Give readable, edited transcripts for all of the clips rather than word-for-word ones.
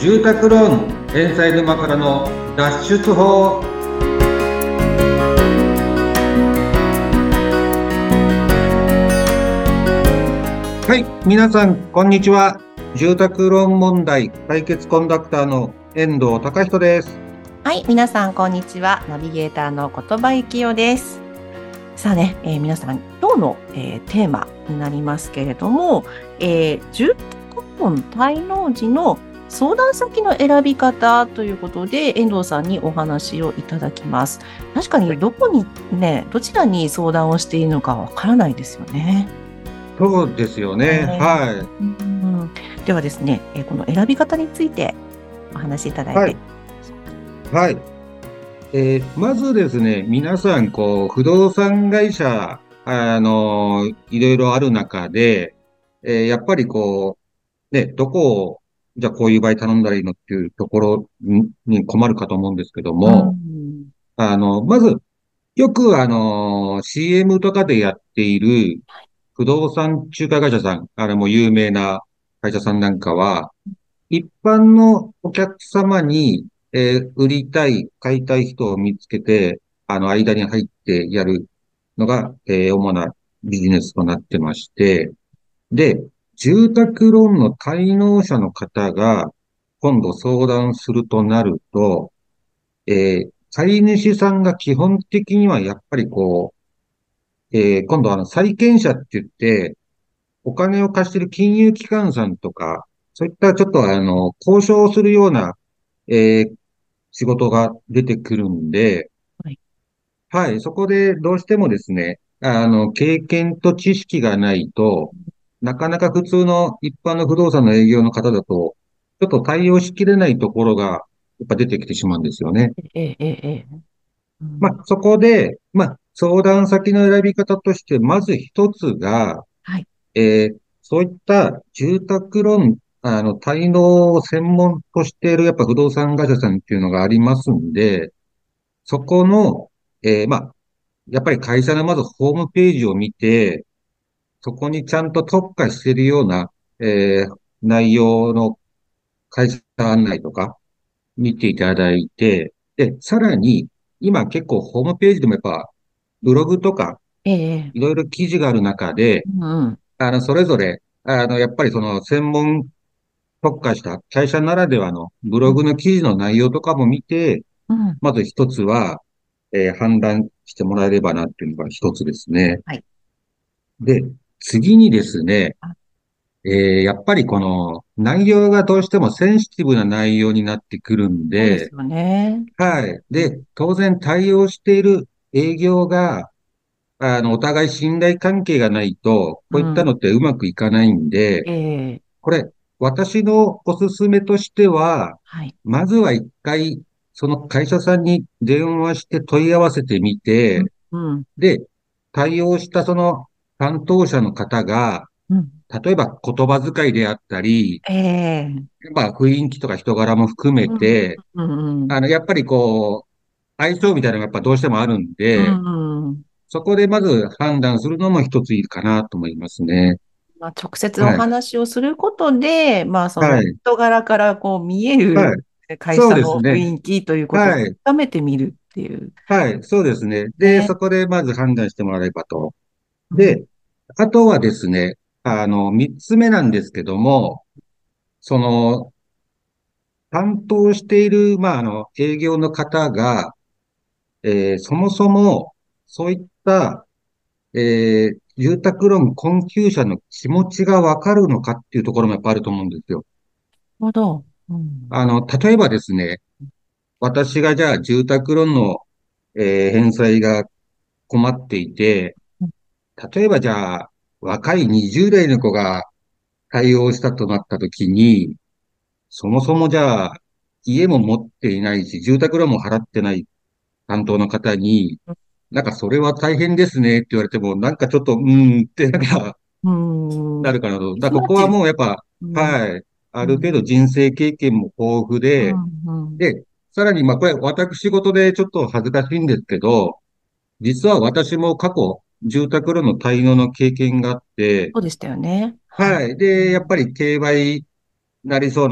住宅ローン返済沼からの脱出法。はい、皆さんこんにちは。住宅ローン問題解決コンダクターの遠藤隆人です。 はい、皆さんこんにちは。ナビゲーターの言葉幸代です。さあね、皆さん今日の、テーマになりますけれども、住宅ローン滞納時の相談先の選び方ということで遠藤さんにお話をいただきます。確かにどちらに相談をしているのかわからないですよね。 そうですよね。はではですね、この選び方についてお話しいただい。 いて。 はい。まずですね、皆さん、不動産会社、いろいろある中で、やっぱりどこを、じゃあこういう場合頼んだらいいのっていうところに困るかと思うんですけどうも、 ん。 まず、よくCM とかでやっている不動産仲介会社さん、あれも有名な会社さんなんかは、一般のお客様に、売りたい、買いたい人を見つけて、間に入ってやるのが、主なビジネスとなってまして、で、住宅ローンの滞納者の方が今度相談するとなると、買い主さんが基本的にはやっぱり今度債権者って言って、お金を貸している金融機関さんとか、そういったちょっと交渉をするような、えー仕事が出てくるんで、 はい。 はい、そこでどうしてもですね、経験と知識がないと、なかなか普通の一般の不動産の営業の方だと、ちょっと対応しきれないところが、やっぱ出てきてしまうんですよね。 うん。 そこで、相談先の選び方として、まず一つが、 はい。 そういった住宅ローン、滞納を専門としているやっぱ不動産会社さんっていうのがありますんで、そこの、やっぱり会社のまずホームページを見て、そこにちゃんと特化しているような、内容の会社案内とか見ていただいて、で、さらに、今結構ホームページでもやっぱ、ブログとか、 ええ、 いろいろ記事がある中で、 うん、 それぞれ、やっぱりその専門特化した会社ならではのブうん、 ログの記事の内容とかも見て、 うん。 まず一つは、判断してもらえればなっていうのが一つですね。 はい。 で、次にですね、 あ、 やっぱりこの内容がどうしてもセンシティブな内容になってくるんで、 そうですよね。 はい。 うん、 で、当然対応している営業が、お互い信頼関係がないと、こういったのうん。 ってうまくいかないんで、 ええ、 これ、私のおすすめとしては、 はい。 まずは一回、その会社さんに電話して問い合わせてみうん、 て、 うん、 で、対応したその担当者の方が、 うん。 例えば言葉遣いであったり、 ええ、 雰囲気とか人柄も含めうん、 て、 うん、うん、 やっぱり相性みたいなのがやっぱどうしてもあるんうで、 ん。 そこでまず判断するのも一ついいかなと思いますね。 まあ、直接おはい。 話をすることで、まあ、そのはい。 人柄からこう見えはい。 る会そう社ですね。 の雰囲気ということをはい。 深めてみるっていう。 はい。そうですね。で、 ね。 そこでまず判断してもらえればと。 うん。 で、あとはですね、三つ目なんですけども、その、担当している、営業の方が、そもそも、そういった、住宅ローン困窮者の気持ちがわかるのかっていうところもやっぱあると思うんですよ。 なるほど。うん。 例えばですね、私がじゃあ住宅ローンの、返済が困っていて、例えばじゃあ、若い20代の子が対応したとなったときに、そもそもじゃあ、家も持っていないし、住宅ローンも払ってない担当の方に、なんかそれは大変ですねって言われても、なんかちょっと、ってうん。 なるかなと。だからここはミスマッチ。 もうやっぱ、 うん。 はい、ある程度うん。 人生経験も豊富で、 うん。うん。 で、さらにこれ私事でちょっと恥ずかしいんですけど、実は私も過去、住宅ローンの滞納の経験があって、 そうでしたよね。はい。 はい。で、やっうん。 ぱり競売なりそうな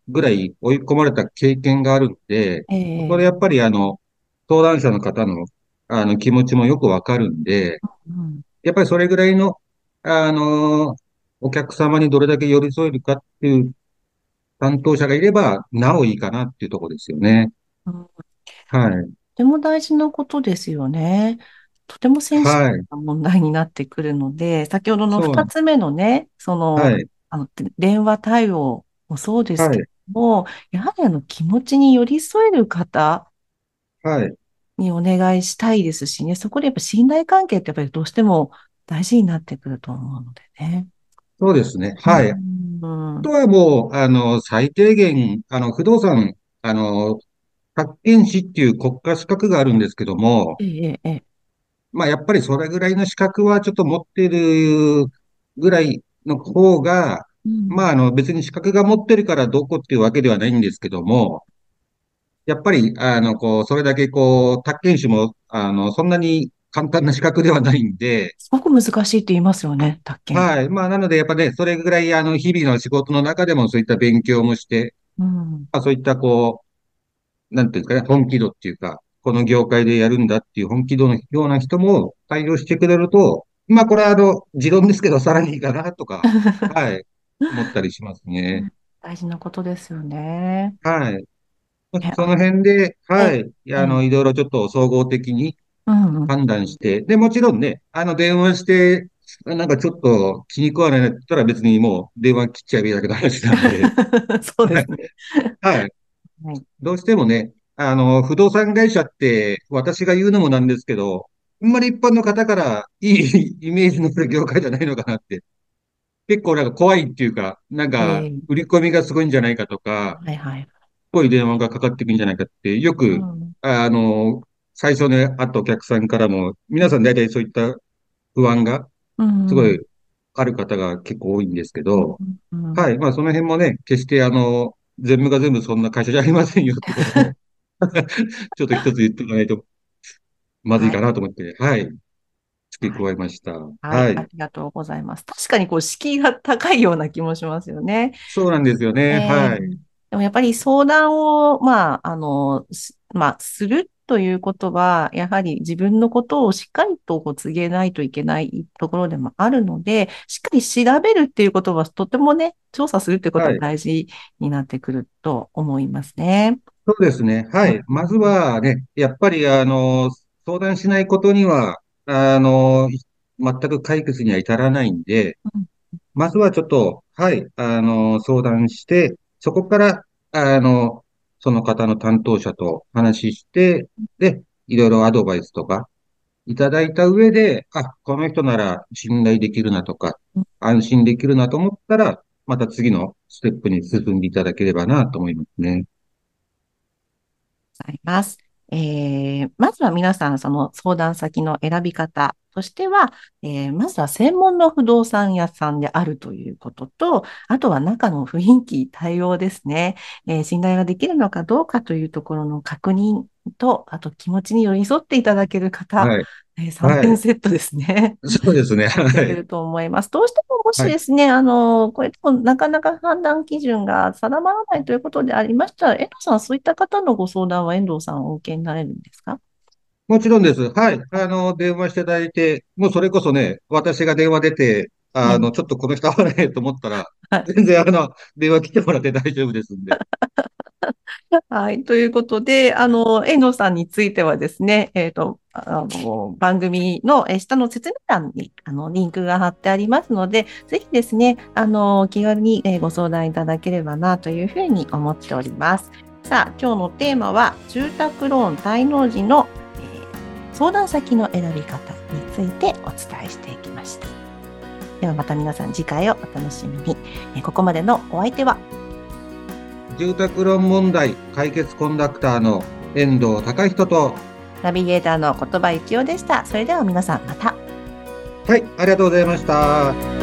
ぐらい追い込まれた経験があるんで、 えそこでやっえ、 ぱり相談者の方の、気持ちもよくわかるんで、 うん、 やっぱりそれぐらいの、あの、お客様にどれだけ寄り添えるかっていう担当者がいれば、なおいいかなっていうところですよね。 うん、 はい。 とても大事なことですよね。とてもセンシティはい。 ブな問題になってくるので、先ほどのそう。 二つ目のね、 はい。 電話対応もそうですけはい。 ども、やはり気持ちに寄り添える方はい。 にお願いしたいですしね、そこでやっぱ信頼関係ってやっぱりどうしても大事になってくると思うのでね。 そうですね。 うはい。あとん。 はもう、最低限、不動産、宅建士っていう国家資格があるんですけども、 ええ、ええ。 まあ、やっぱりそれぐらいの資格はちょっと持っているぐらいの方が、まあ、 うん。 別に資格が持ってるからどうこうっていうわけではないんですけども、やっぱり、それだけ宅建士も、そんなに簡単な資格ではないんで、 すごく難しいって言いますよね、宅建。 はい。まあ、なので、やっぱね、それぐらい、日々の仕事の中でもそういった勉強もして、 うん。 まあ、そういったなんていうんですかね、本気度っていうか、この業界でやるんだっていう本気度のような人も対応してくれると、まあ、これは持論ですけど、さらにいいかなとか、はい、思ったりしますね。 大事なことですよね。 はい。 え、 その辺で、 え、 はい、 え、 いろいろちょっと総合的にうんうん。 判断して、で、もちろんね、電話して、なんかちょっと気に食わないんだったら別にもう電話切っちゃえばいいだけの話なんで、 そうはい。 ですね。 はい。 はい。 どうしてもね、不動産会社って私が言うのもなんですけど、あんまり一般の方からいいイメージのある業界じゃないのかなって、結構なんか怖いっていうか、なんかええ、 売り込みがすごいんじゃないかとか、 はいはい。 こういう電話がかかってくるんじゃないかって、よく、 うん。 あの、最初ね、会ったお客さんからも、皆さん大体そういった不安がすごいうん。 ある方が結構多いんですけうど、 ん。うん。 はい。まあその辺もね、決して全部が全部そんな会社じゃありませんよってこともちょっと一つ言っておかないとまずいはい。 かなと思って、はい。付けはい。 加えました。 はい。 はい。 ありがとうございます。確かに敷居が高いような気もしますよね。 そうなんですよね。はい。 でもやっぱり相談を、するということは、やはり自分のことをしっかりと告げないといけないところでもあるので、しっかり調べるっていうことは、とてもね、調査するっていうことははい。 大事になってくると思いますね。 そうですね。はうい。まずん。 はね、やっぱり、相談しないことには、全く解決には至らないんで、 うん。 まずはちょっと、はい、相談して、そこから、あの、その方の担当者と話して、で、いろいろアドバイスとかいただいた上で、あ、この人なら信頼できるなとか、安心できるなと思ったら、また次のステップに進んでいただければなと思いますね。 ございます。まずは皆さん、その相談先の選び方としては、まずは専門の不動産屋さんであるということと、あとは中の雰囲気、対応ですね。信頼ができるのかどうかというところの確認と、あと気持ちに寄り添っていただける方、 はい。 3 はい。 点セットですね。 そうですね。 なってはい。 くると思います。どうしてももしはい。 ですね、これでもなかなか判断基準が定まらないということでありましたら、遠藤さん、そういった方のご相談は遠藤さんお受けになれるんですか？ もちろんです。はい。電話していただいて、もうそれこそね、私が電話出て、 はい。 ちょっとこの人合わないと思ったら、 はい。 全然電話来てもらって大丈夫ですんで。 はい。ということで、遠藤さんについてはですね、番組の下の説明欄に、リンクが貼ってありますので、ぜひですね、気軽にご相談いただければな、というふうに思っております。さあ、今日のテーマは、住宅ローン滞納時の、相談先の選び方についてお伝えしていきました。ではまた皆さん次回をお楽しみに。ここまでのお相手は、 住宅ローン問題解決コンダクターの遠藤隆人と、 ナビゲーターの言葉幸男でした。それでは皆さんまた。 はい、ありがとうございました。